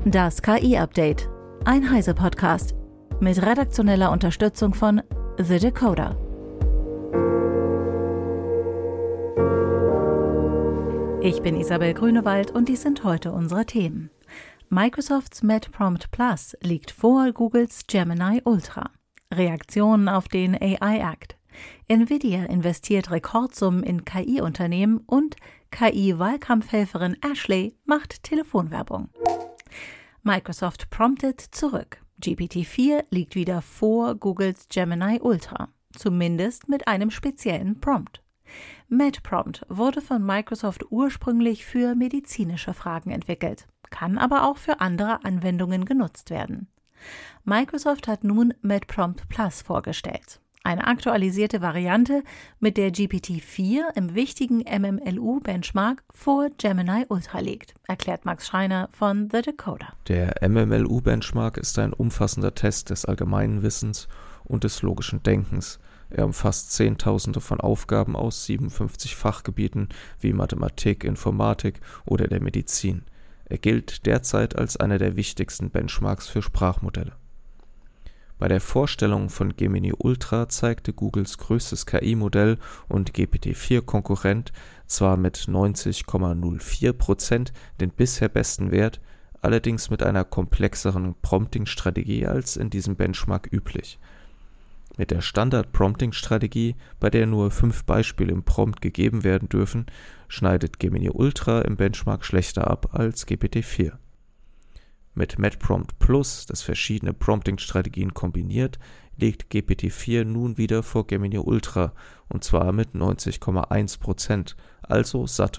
Das KI-Update, ein Heise-Podcast mit redaktioneller Unterstützung von The Decoder. Ich bin Isabel Grünewald und dies sind heute unsere Themen. Microsofts MedPrompt Plus liegt vor Googles Gemini Ultra. Reaktionen auf den AI Act. Nvidia investiert Rekordsummen in KI-Unternehmen und KI-Wahlkampfhelferin Ashley macht Telefonwerbung. Microsoft promptet zurück. GPT-4 liegt wieder vor Googles Gemini Ultra, zumindest mit einem speziellen Prompt. MedPrompt wurde von Microsoft ursprünglich für medizinische Fragen entwickelt, kann aber auch für andere Anwendungen genutzt werden. Microsoft hat nun MedPrompt Plus vorgestellt. Eine aktualisierte Variante, mit der GPT-4 im wichtigen MMLU-Benchmark vor Gemini Ultra liegt, erklärt Max Schreiner von The Decoder. Der MMLU-Benchmark ist ein umfassender Test des allgemeinen Wissens und des logischen Denkens. Er umfasst Zehntausende von Aufgaben aus 57 Fachgebieten wie Mathematik, Informatik oder der Medizin. Er gilt derzeit als einer der wichtigsten Benchmarks für Sprachmodelle. Bei der Vorstellung von Gemini Ultra zeigte Googles größtes KI-Modell und GPT-4-Konkurrent zwar mit 90,04% den bisher besten Wert, allerdings mit einer komplexeren Prompting-Strategie als in diesem Benchmark üblich. Mit der Standard-Prompting-Strategie, bei der nur 5 Beispiele im Prompt gegeben werden dürfen, schneidet Gemini Ultra im Benchmark schlechter ab als GPT-4. Mit MedPrompt Plus, das verschiedene Prompting-Strategien kombiniert, liegt GPT-4 nun wieder vor Gemini Ultra, und zwar mit 90,1%, also satte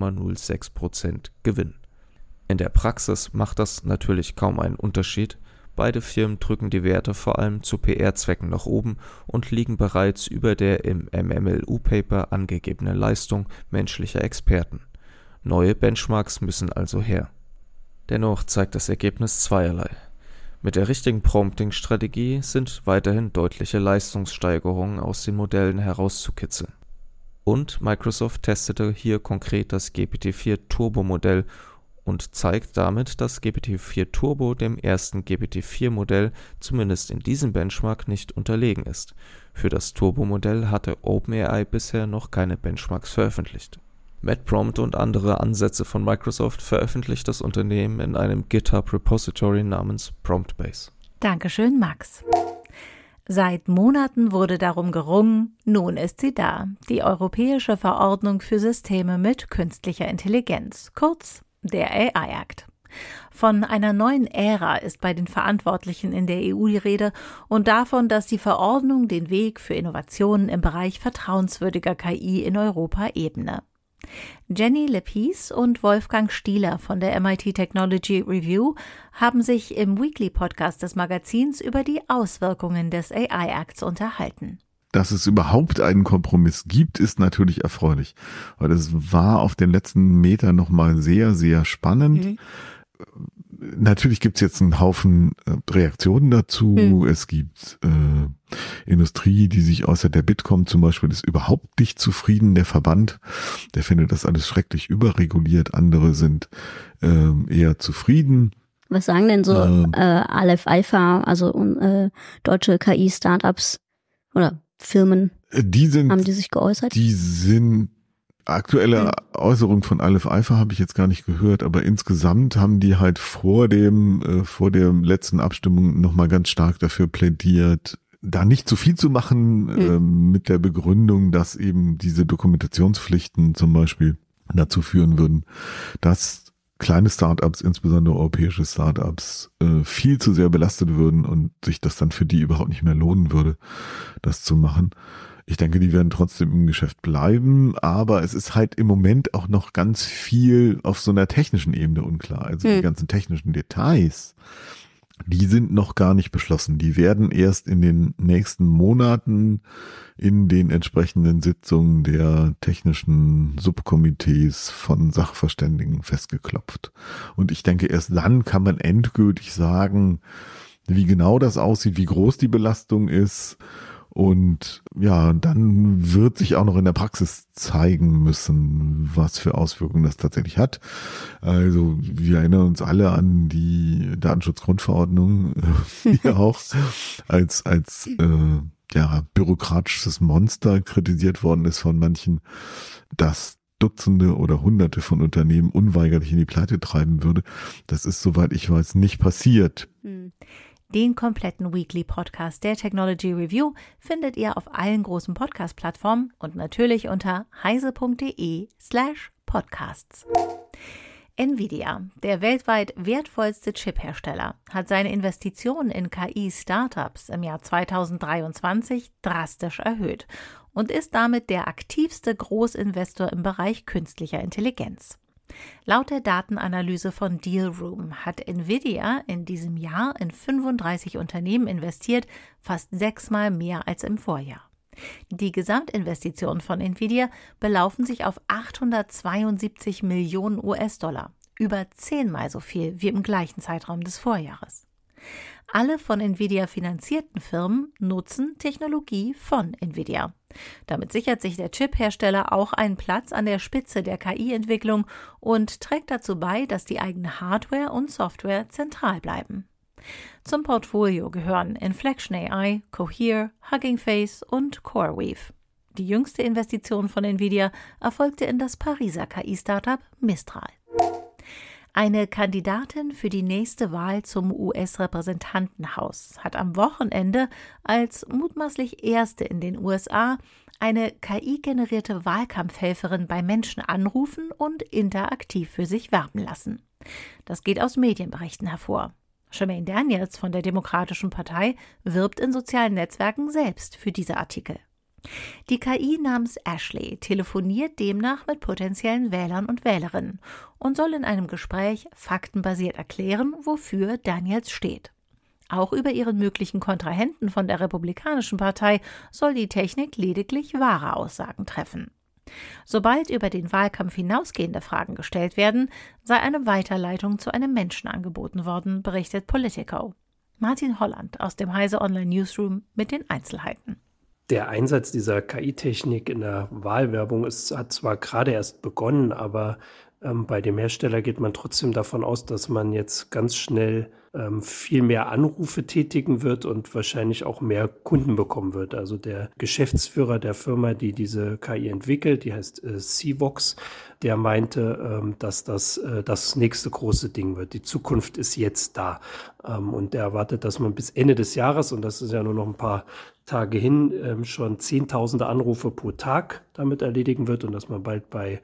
0,06% Gewinn. In der Praxis macht das natürlich kaum einen Unterschied. Beide Firmen drücken die Werte vor allem zu PR-Zwecken nach oben und liegen bereits über der im MMLU-Paper angegebenen Leistung menschlicher Experten. Neue Benchmarks müssen also her. Dennoch zeigt das Ergebnis zweierlei. Mit der richtigen Prompting-Strategie sind weiterhin deutliche Leistungssteigerungen aus den Modellen herauszukitzeln. Und Microsoft testete hier konkret das GPT-4 Turbo-Modell und zeigt damit, dass GPT-4 Turbo dem ersten GPT-4-Modell zumindest in diesem Benchmark nicht unterlegen ist. Für das Turbo-Modell hatte OpenAI bisher noch keine Benchmarks veröffentlicht. MedPrompt und andere Ansätze von Microsoft veröffentlicht das Unternehmen in einem GitHub-Repository namens PromptBase. Dankeschön, Max. Seit Monaten wurde darum gerungen, nun ist sie da, die Europäische Verordnung für Systeme mit künstlicher Intelligenz, kurz der AI Act. Von einer neuen Ära ist bei den Verantwortlichen in der EU die Rede und davon, dass die Verordnung den Weg für Innovationen im Bereich vertrauenswürdiger KI in Europa ebne. Jenny Leppies und Wolfgang Stieler von der MIT Technology Review haben sich im Weekly-Podcast des Magazins über die Auswirkungen des AI Acts unterhalten. Dass es überhaupt einen Kompromiss gibt, ist natürlich erfreulich. Weil es war auf den letzten Metern nochmal sehr, sehr spannend. Natürlich gibt's jetzt einen Haufen Reaktionen dazu. Es gibt Industrie, die sich äußert. Der Bitkom zum Beispiel ist überhaupt nicht zufrieden. Der Verband, der findet das alles schrecklich überreguliert. Andere sind eher zufrieden. Was sagen denn so Aleph Alpha, also deutsche KI-Startups oder Firmen? Haben die sich geäußert? Die sind aktuelle Äußerung von Aleph Alpha habe ich jetzt gar nicht gehört, aber insgesamt haben die halt vor der letzten Abstimmung nochmal ganz stark dafür plädiert, da nicht zu viel zu machen, mit der Begründung, dass eben diese Dokumentationspflichten zum Beispiel dazu führen würden, dass kleine Startups, insbesondere europäische Startups, viel zu sehr belastet würden und sich das dann für die überhaupt nicht mehr lohnen würde, das zu machen. Ich denke, die werden trotzdem im Geschäft bleiben, aber es ist halt im Moment auch noch ganz viel auf so einer technischen Ebene unklar. Also die ganzen technischen Details, die sind noch gar nicht beschlossen. Die werden erst in den nächsten Monaten in den entsprechenden Sitzungen der technischen Subkomitees von Sachverständigen festgeklopft. Und ich denke, erst dann kann man endgültig sagen, wie genau das aussieht, wie groß die Belastung ist Und ja, dann wird sich auch noch in der Praxis zeigen müssen, was für Auswirkungen das tatsächlich hat. Also wir erinnern uns alle an die Datenschutzgrundverordnung, die auch als bürokratisches Monster kritisiert worden ist von manchen, das Dutzende oder Hunderte von Unternehmen unweigerlich in die Pleite treiben würde. Das ist, soweit ich weiß, nicht passiert. Den kompletten Weekly-Podcast der Technology Review findet ihr auf allen großen Podcast-Plattformen und natürlich unter heise.de/podcasts. Nvidia, der weltweit wertvollste Chip-Hersteller, hat seine Investitionen in KI-Startups im Jahr 2023 drastisch erhöht und ist damit der aktivste Großinvestor im Bereich künstlicher Intelligenz. Laut der Datenanalyse von Dealroom hat Nvidia in diesem Jahr in 35 Unternehmen investiert, fast 6-mal mehr als im Vorjahr. Die Gesamtinvestitionen von Nvidia belaufen sich auf 872 Millionen US-Dollar, über 10-mal so viel wie im gleichen Zeitraum des Vorjahres. Alle von Nvidia finanzierten Firmen nutzen Technologie von Nvidia. Damit sichert sich der Chip-Hersteller auch einen Platz an der Spitze der KI-Entwicklung und trägt dazu bei, dass die eigene Hardware und Software zentral bleiben. Zum Portfolio gehören Inflection AI, Cohere, Hugging Face und CoreWeave. Die jüngste Investition von Nvidia erfolgte in das Pariser KI-Startup Mistral. Eine Kandidatin für die nächste Wahl zum US-Repräsentantenhaus hat am Wochenende als mutmaßlich erste in den USA eine KI-generierte Wahlkampfhelferin bei Menschen anrufen und interaktiv für sich werben lassen. Das geht aus Medienberichten hervor. Jermaine Daniels von der Demokratischen Partei wirbt in sozialen Netzwerken selbst für diese Artikel. Die KI namens Ashley telefoniert demnach mit potenziellen Wählern und Wählerinnen und soll in einem Gespräch faktenbasiert erklären, wofür Daniels steht. Auch über ihren möglichen Kontrahenten von der Republikanischen Partei soll die Technik lediglich wahre Aussagen treffen. Sobald über den Wahlkampf hinausgehende Fragen gestellt werden, sei eine Weiterleitung zu einem Menschen angeboten worden, berichtet Politico. Martin Holland aus dem Heise Online Newsroom mit den Einzelheiten. Der Einsatz dieser KI-Technik in der Wahlwerbung hat zwar gerade erst begonnen, aber bei dem Hersteller geht man trotzdem davon aus, dass man jetzt ganz schnell viel mehr Anrufe tätigen wird und wahrscheinlich auch mehr Kunden bekommen wird. Also der Geschäftsführer der Firma, die diese KI entwickelt, die heißt Cvox, der meinte, dass das nächste große Ding wird. Die Zukunft ist jetzt da. Und er erwartet, dass man bis Ende des Jahres, und das ist ja nur noch ein paar Tage hin, schon Zehntausende Anrufe pro Tag damit erledigen wird und dass man bald bei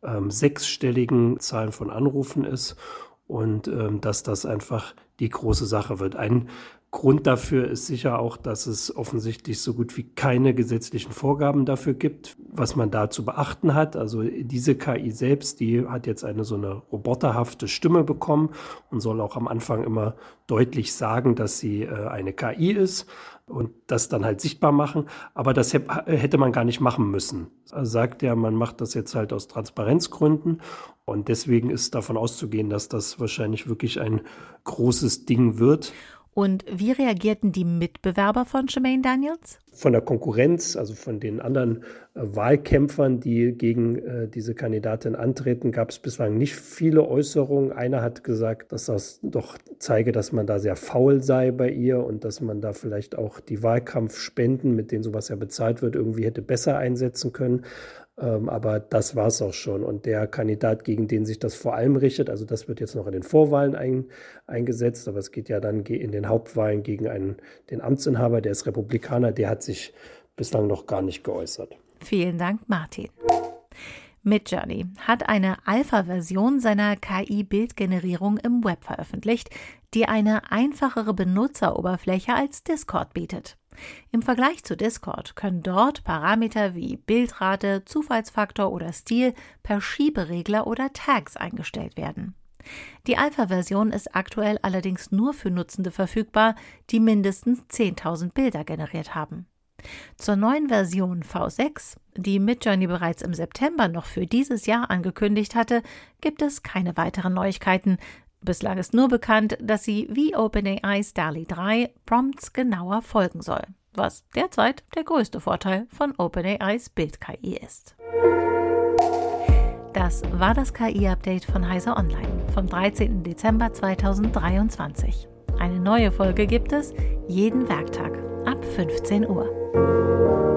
6-stelligen Zahlen von Anrufen ist und dass das einfach die große Sache wird. Ein Grund dafür ist sicher auch, dass es offensichtlich so gut wie keine gesetzlichen Vorgaben dafür gibt, was man da zu beachten hat. Also diese KI selbst, die hat jetzt so eine roboterhafte Stimme bekommen und soll auch am Anfang immer deutlich sagen, dass sie eine KI ist und das dann halt sichtbar machen. Aber das hätte man gar nicht machen müssen. Also sagt er, man macht das jetzt halt aus Transparenzgründen und deswegen ist davon auszugehen, dass das wahrscheinlich wirklich ein großes Ding wird. Und wie reagierten die Mitbewerber von Jermaine Daniels? Von der Konkurrenz, also von den anderen Wahlkämpfern, die gegen diese Kandidatin antreten, gab es bislang nicht viele Äußerungen. Einer hat gesagt, dass das doch zeige, dass man da sehr faul sei bei ihr und dass man da vielleicht auch die Wahlkampfspenden, mit denen sowas ja bezahlt wird, irgendwie hätte besser einsetzen können. Aber das war es auch schon. Und der Kandidat, gegen den sich das vor allem richtet, also das wird jetzt noch in den Vorwahlen eingesetzt, aber es geht ja dann in den Hauptwahlen gegen den Amtsinhaber, der ist Republikaner, der hat sich bislang noch gar nicht geäußert. Vielen Dank, Martin. Midjourney hat eine Alpha-Version seiner KI-Bildgenerierung im Web veröffentlicht, die eine einfachere Benutzeroberfläche als Discord bietet. Im Vergleich zu Discord können dort Parameter wie Bildrate, Zufallsfaktor oder Stil per Schieberegler oder Tags eingestellt werden. Die Alpha-Version ist aktuell allerdings nur für Nutzende verfügbar, die mindestens 10.000 Bilder generiert haben. Zur neuen Version V6, die Midjourney bereits im September noch für dieses Jahr angekündigt hatte, gibt es keine weiteren Neuigkeiten. Bislang ist nur bekannt, dass sie wie OpenAI's DALL-E 3 Prompts genauer folgen soll. was derzeit der größte Vorteil von OpenAIs Bild-KI ist. Das war das KI-Update von Heise Online vom 13. Dezember 2023. Eine neue Folge gibt es jeden Werktag ab 15 Uhr.